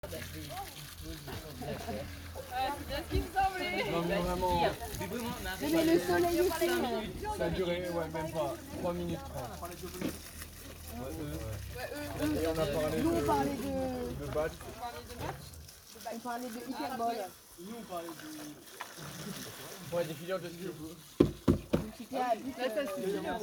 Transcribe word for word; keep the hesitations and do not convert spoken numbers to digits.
C'est bien ce qui me semblait. Non mais vraiment, Mais le soleil est ça a duré, ouais, même pas trois minutes trente. Et on a parlé Nous on de, parlait de. de batch. On parlait de hyperbole. Nous on parlait de... Ouais, des filières de ski. C'était à but.